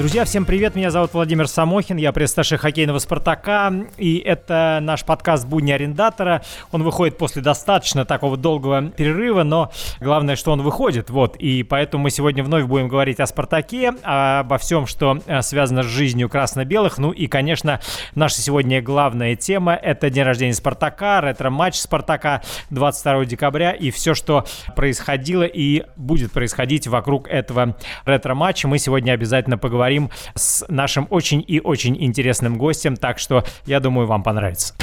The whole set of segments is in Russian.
Друзья, всем привет, меня зовут Владимир Самохин, я пресс-атташе хоккейного «Спартака», и это наш подкаст «Будни арендатора». Он выходит после достаточно такого долгого перерыва, но главное, что он выходит, и поэтому мы сегодня вновь будем говорить о «Спартаке», обо всем, что связано с жизнью красно-белых, и, конечно, наша сегодня главная тема – это день рождения «Спартака», ретро-матч «Спартака» 22 декабря и все, что происходило и будет происходить вокруг этого ретро-матча. Мы сегодня обязательно поговорим с нашим очень и очень интересным гостем, так что я думаю, вам понравится.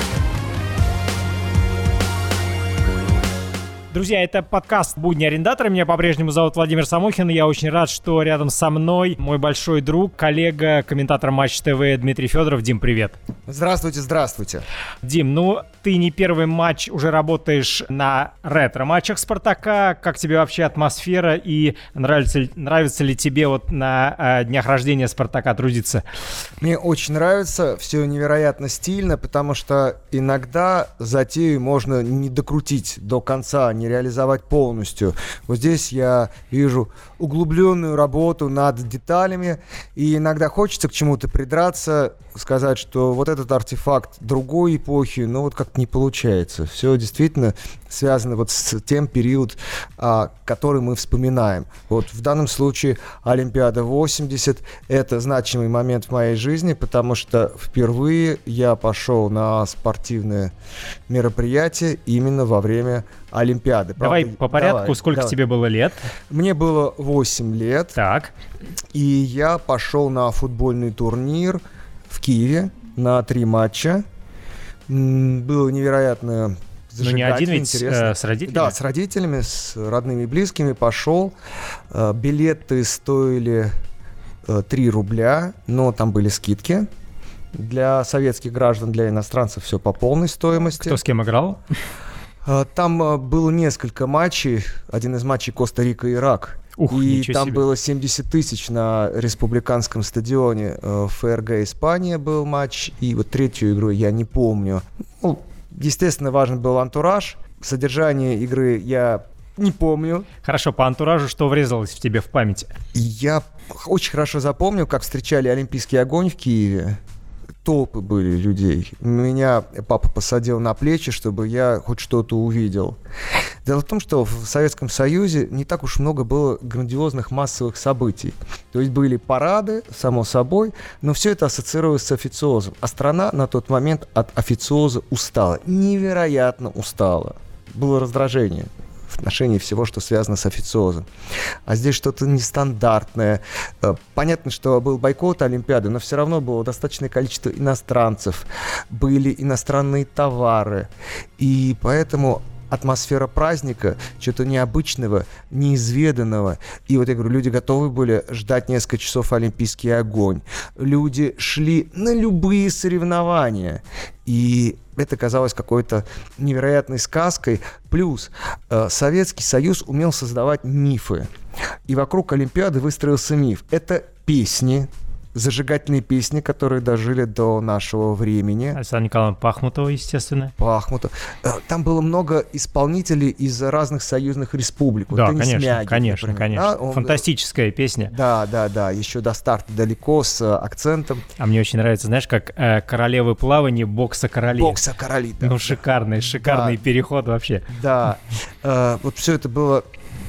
Друзья, это подкаст «Будни арендатора». Меня по-прежнему зовут Владимир Самохин, и я очень рад, что рядом со мной мой большой друг, коллега, комментатор Матч ТВ Дмитрий Федоров. Дим, привет. Здравствуйте. Дим, ты не первый матч уже работаешь на ретро-матчах «Спартака». Как тебе вообще атмосфера и нравится ли тебе на днях рождения «Спартака» трудиться? Мне очень нравится, все невероятно стильно, потому что иногда затею можно не докрутить до конца, не реализовать полностью. Вот здесь я вижу углубленную работу над деталями, и иногда хочется к чему-то придраться, сказать, что вот этот артефакт другой эпохи, но как-то не получается. Все действительно связано с тем периодом, который мы вспоминаем. В данном случае Олимпиада 80 – это значимый момент в моей жизни, потому что впервые я пошел на спортивное мероприятие именно во время Олимпиады. Давай по порядку. Сколько тебе было лет? Мне было 8 лет. Так. И я пошел на футбольный турнир в Киеве на 3 матча. Было невероятно зажигательно, не один ведь интересно. С родителями? Да, с родителями, с родными и близкими пошел. Билеты стоили 3 рубля, но там были скидки. Для советских граждан, для иностранцев все по полной стоимости. Кто с кем играл? Там было несколько матчей. Один из матчей Коста-Рика-Ирак. И там себе. Было 70 тысяч на республиканском стадионе. ФРГ Испания был матч. И третью игру я не помню. Естественно, важен был антураж. Содержание игры я не помню. Хорошо, по антуражу что врезалось в тебе в память? Я очень хорошо запомнил, как встречали Олимпийский огонь в Киеве. Толпы были людей. Меня папа посадил на плечи, чтобы я хоть что-то увидел. Дело в том, что в Советском Союзе не так уж много было грандиозных массовых событий. То есть были парады, само собой, но все это ассоциировалось с официозом. А страна на тот момент от официоза устала. Невероятно устала. Было раздражение в отношении всего, что связано с официозом. А здесь что-то нестандартное. Понятно, что был бойкот Олимпиады, но все равно было достаточное количество иностранцев. Были иностранные товары. И поэтому атмосфера праздника, чего-то необычного, неизведанного. И я говорю, люди готовы были ждать несколько часов Олимпийский огонь. Люди шли на любые соревнования. И это казалось какой-то невероятной сказкой. Плюс Советский Союз умел создавать мифы. И вокруг Олимпиады выстроился миф. Это песни, зажигательные песни, которые дожили до нашего времени. Александра Николаевна Пахмутова, естественно. Пахмутова. Там было много исполнителей из разных союзных республик. Да, конечно. Фантастическая песня. Да. Еще до старта далеко, с акцентом. А мне очень нравится, знаешь, как королевы плавания бокса королей. Бокса королей, да. Шикарный переход вообще. Да. Все это было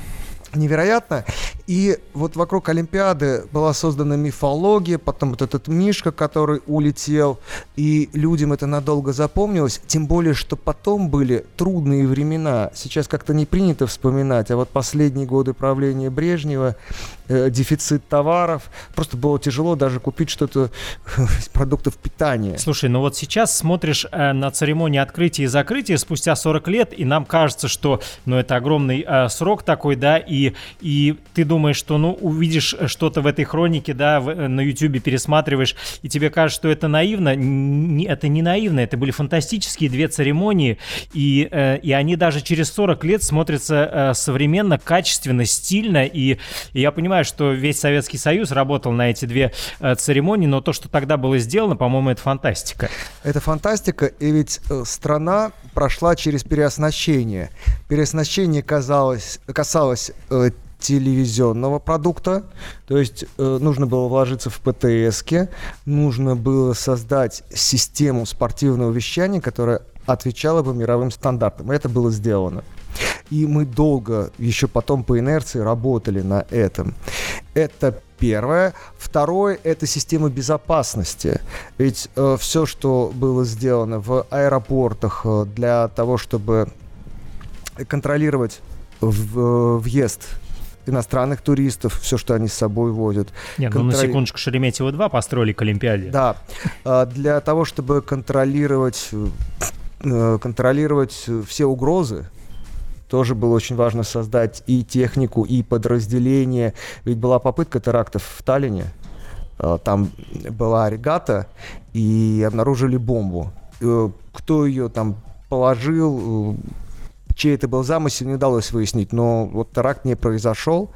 невероятно. И вокруг Олимпиады была создана мифология, потом этот Мишка, который улетел, и людям это надолго запомнилось, тем более, что потом были трудные времена. Сейчас как-то не принято вспоминать, а последние годы правления Брежнева, дефицит товаров, просто было тяжело даже купить что-то из продуктов питания. Слушай, сейчас смотришь на церемонию открытия и закрытия спустя 40 лет, и нам кажется, что это огромный срок такой, да, и ты думаешь, что увидишь что-то в этой хронике, да, на Ютубе пересматриваешь, и тебе кажется, что это наивно. Это не наивно, это были фантастические 2 церемонии, и они даже через 40 лет смотрятся современно, качественно, стильно, и я понимаю, что весь Советский Союз работал на эти 2 церемонии, но то, что тогда было сделано, по-моему, это фантастика. Это фантастика, и ведь страна прошла через переоснащение. Переоснащение касалось телевизионного продукта, то есть нужно было вложиться в ПТС-ки, нужно было создать систему спортивного вещания, которая отвечала бы мировым стандартам. Это было сделано. И мы долго, еще потом по инерции, работали на этом. Это первое. Второе – это система безопасности. Ведь все, что было сделано в аэропортах для того, чтобы контролировать въезд иностранных туристов, все, что они с собой возят. Нет, ну на секундочку, Шереметьево-2 построили к Олимпиаде. Да, для того, чтобы контролировать все угрозы, тоже было очень важно создать и технику, и подразделение. Ведь была попытка терактов в Таллине. Там была регата, и обнаружили бомбу. Кто ее там положил, чей это был замысел, не удалось выяснить. Но вот теракт не произошел.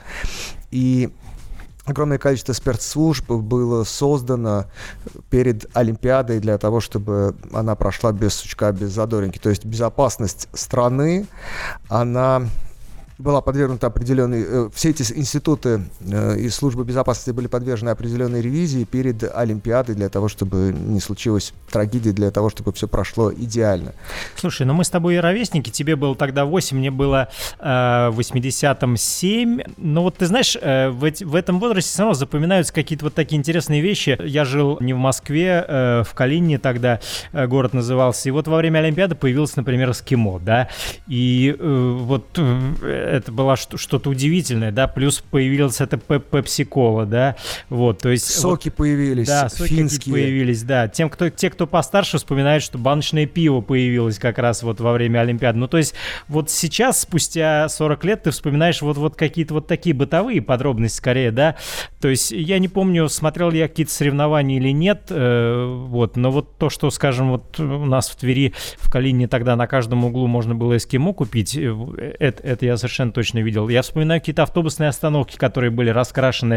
И огромное количество спецслужб было создано перед Олимпиадой для того, чтобы она прошла без сучка, без задоринки. То есть безопасность страны, она была подвергнута определенной... Все эти институты и службы безопасности были подвержены определенной ревизии перед Олимпиадой для того, чтобы не случилось трагедии, для того, чтобы все прошло идеально. Слушай, ну мы с тобой ровесники, тебе было тогда 8, мне было в 80-м 7. Но вот ты знаешь, в этом возрасте все равно запоминаются какие-то вот такие интересные вещи. Я жил не в Москве, в Калинине тогда город назывался. И вот во время Олимпиады появился, например, эскимо, да. И вот... это было что-то удивительное, да, плюс появилась эта пепси-кола, да, вот, то есть... Соки вот, появились, да, соки финские. Появились, да. Те, кто постарше, вспоминают, что баночное пиво появилось как раз вот во время Олимпиады. Ну, то есть вот сейчас, спустя 40 лет, ты вспоминаешь вот какие-то вот такие бытовые подробности скорее, да, то есть я не помню, смотрел ли я какие-то соревнования или нет, вот, но вот то, что, скажем, вот у нас в Твери, в Калинине тогда на каждом углу можно было эскимо купить, это я совершенно точно видел. Я вспоминаю какие-то автобусные остановки, которые были раскрашены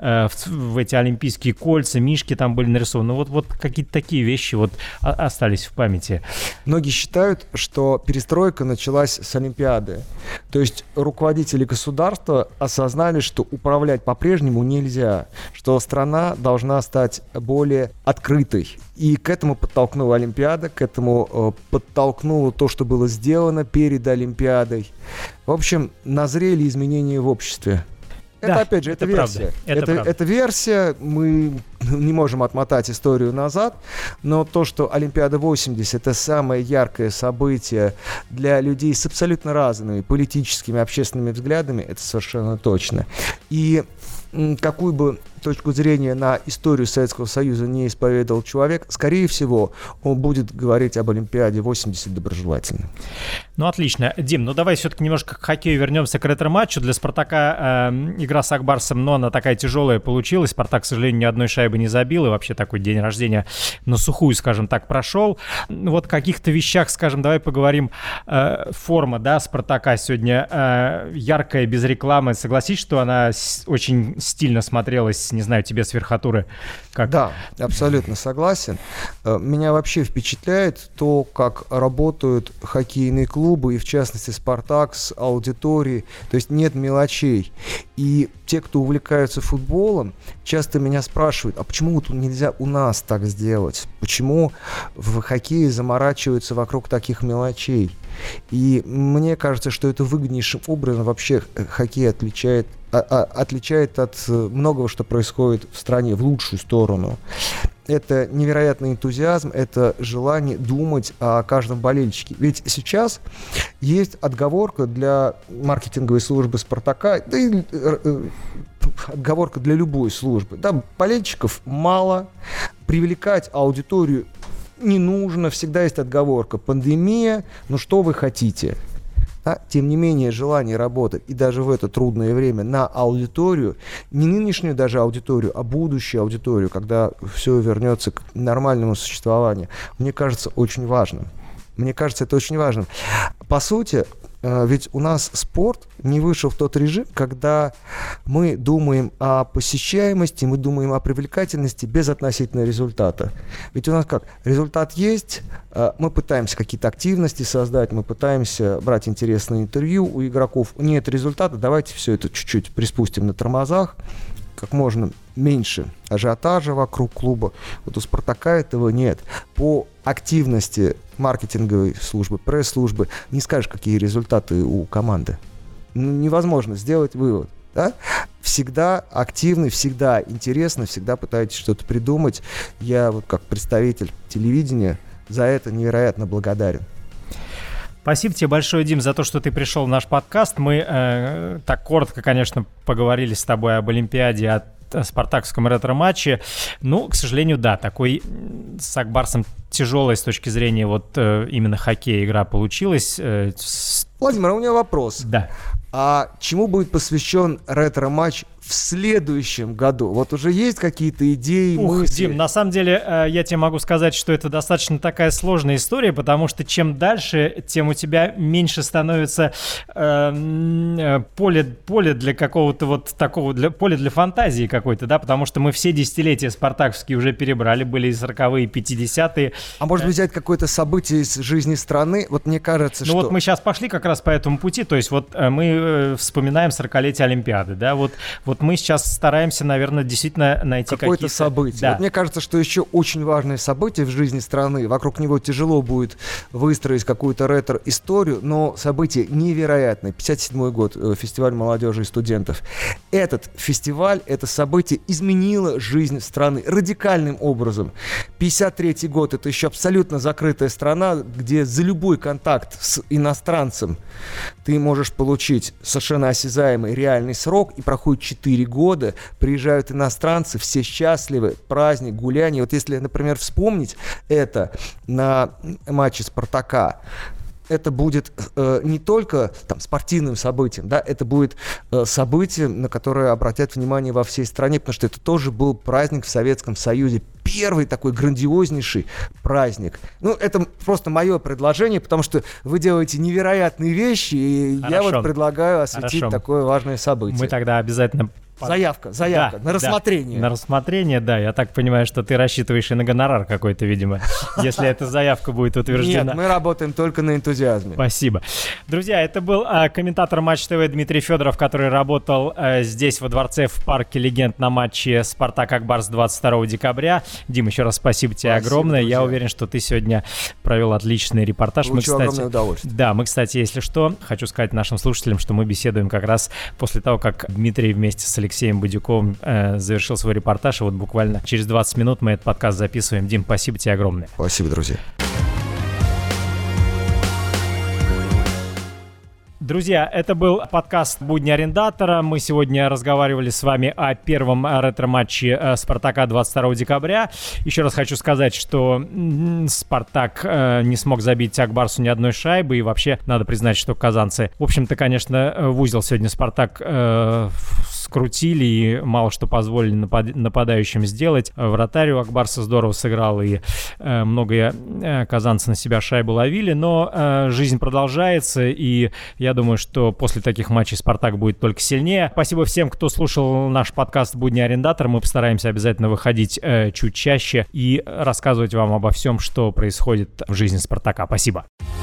в эти олимпийские кольца, мишки там были нарисованы. Вот какие-то такие вещи вот остались в памяти. Многие считают, что перестройка началась с Олимпиады. То есть руководители государства осознали, что управлять по-прежнему нельзя, что страна должна стать более открытой. И к этому подтолкнула Олимпиада, к этому подтолкнуло то, что было сделано перед Олимпиадой. В общем, назрели изменения в обществе. Это, да, опять же, это версия. Это версия, мы не можем отмотать историю назад, но то, что Олимпиада 80 это самое яркое событие для людей с абсолютно разными политическими, общественными взглядами, это совершенно точно. И какую бы точку зрения на историю Советского Союза не исповедовал человек, скорее всего, он будет говорить об Олимпиаде 80 доброжелательно. Ну, отлично. Дим, ну давай все-таки немножко к хоккею вернемся к ретро-матчу. Для «Спартака» игра с «Ак Барсом», но она такая тяжелая получилась. «Спартак», к сожалению, ни одной шайбы не забил, и вообще такой день рождения на сухую, скажем так, прошел. Вот о каких-то вещах, скажем, давай поговорим. Форма, да, «Спартака» сегодня яркая, без рекламы. Согласись, что она очень стильно смотрелась, не знаю, тебе с верхотуры? Как? Да, абсолютно согласен. Меня вообще впечатляет то, как работают хоккейные клубы, и в частности «Спартак» с аудиторией. То есть нет мелочей. И те, кто увлекаются футболом, часто меня спрашивают, а почему вот нельзя у нас так сделать? Почему в хоккее заморачиваются вокруг таких мелочей? И мне кажется, что это выгоднейшим образом вообще хоккей отличает от многого, что происходит в стране, в лучшую сторону. Это невероятный энтузиазм, это желание думать о каждом болельщике. Ведь сейчас есть отговорка для маркетинговой службы «Спартака», да и отговорка для любой службы. Да, болельщиков мало, привлекать аудиторию не нужно, всегда есть отговорка. Пандемия, ну что вы хотите? Да? Тем не менее, желание работать и даже в это трудное время на аудиторию, не нынешнюю даже аудиторию, а будущую аудиторию, когда все вернется к нормальному существованию, мне кажется, очень важным. Мне кажется, это очень важно. По сути, ведь у нас спорт не вышел в тот режим, когда мы думаем о посещаемости, мы думаем о привлекательности без относительно результата. Ведь у нас как? Результат есть, мы пытаемся какие-то активности создать, мы пытаемся брать интересные интервью у игроков. Нет результата, давайте все это чуть-чуть приспустим на тормозах, как можно меньше ажиотажа вокруг клуба. Вот у «Спартака» этого нет. По активности маркетинговой службы, пресс-службы не скажешь, какие результаты у команды. Невозможно сделать вывод. Да? Всегда активны, всегда интересно, всегда пытаетесь что-то придумать. Я вот как представитель телевидения за это невероятно благодарен. Спасибо тебе большое, Дим, за то, что ты пришел в наш подкаст. Мы так коротко, конечно, поговорили с тобой об Олимпиаде, о спартаковском ретро-матче. Ну, к сожалению, да, такой с Ак Барсом тяжелая с точки зрения вот именно хоккея игра получилась. Владимир, у меня вопрос. Да. А чему будет посвящен ретро-матч в следующем году? Вот уже есть какие-то идеи, мысли? Дим, на самом деле я тебе могу сказать, что это достаточно такая сложная история, потому что чем дальше, тем у тебя меньше становится поле для какого-то вот такого, поле для фантазии какой-то, да, потому что мы все десятилетия спартаковские уже перебрали, были и 40-е, и 50-е. А может быть взять какое-то событие из жизни страны? Вот мне кажется, что... Ну вот мы сейчас пошли как раз по этому пути, то есть вот мы вспоминаем 40-летие Олимпиады, да, вот мы сейчас стараемся, наверное, действительно найти какое-то событие. Да. Вот мне кажется, что еще очень важное событие в жизни страны, вокруг него тяжело будет выстроить какую-то ретро-историю, но событие невероятное. 57-й год, фестиваль молодежи и студентов. Этот фестиваль, это событие изменило жизнь страны радикальным образом. 53-й год, это еще абсолютно закрытая страна, где за любой контакт с иностранцем ты можешь получить совершенно осязаемый реальный срок, и проходит 4 года, приезжают иностранцы, все счастливы, праздник, гуляние. Вот если, например, вспомнить это на матче «Спартака», это будет не только там спортивным событием, да, это будет событием, на которое обратят внимание во всей стране, потому что это тоже был праздник в Советском Союзе. Первый такой грандиознейший праздник. Ну, это просто мое предложение, потому что вы делаете невероятные вещи, и я вот предлагаю осветить такое важное событие. Мы тогда обязательно... Заявка, да, на рассмотрение. Да, на рассмотрение, да. Я так понимаю, что ты рассчитываешь и на гонорар какой-то, видимо, если эта заявка будет утверждена. Нет, мы работаем только на энтузиазме. Спасибо. Друзья, это был комментатор Матч ТВ Дмитрий Федоров, который работал здесь, во дворце, в парке легенд на матче «Спартак Ак Барс» 22 декабря. Дим, еще раз спасибо тебе огромное. Друзья. Я уверен, что ты сегодня провел отличный репортаж. Получил огромное удовольствие. Да, мы, кстати, если что, хочу сказать нашим слушателям, что мы беседуем как раз после того, как Дмитрий вместе с Алексеем Будюковым завершил свой репортаж, и вот буквально через 20 минут мы этот подкаст записываем. Дим, спасибо тебе огромное. Спасибо, друзья. Друзья, это был подкаст «Будни арендатора». Мы сегодня разговаривали с вами о первом ретро-матче «Спартака» 22 декабря. Еще раз хочу сказать, что «Спартак» не смог забить Ак Барсу ни одной шайбы. И вообще, надо признать, что казанцы, в общем-то, конечно, в узел сегодня «Спартак» скрутили и мало что позволили нападающим сделать. Вратарь у Ак Барса здорово сыграл, и многие казанцы на себя шайбы ловили. Но жизнь продолжается, и я думаю, что после таких матчей «Спартак» будет только сильнее. Спасибо всем, кто слушал наш подкаст «Будни арендатора». Мы постараемся обязательно выходить чуть чаще и рассказывать вам обо всем, что происходит в жизни «Спартака». Спасибо.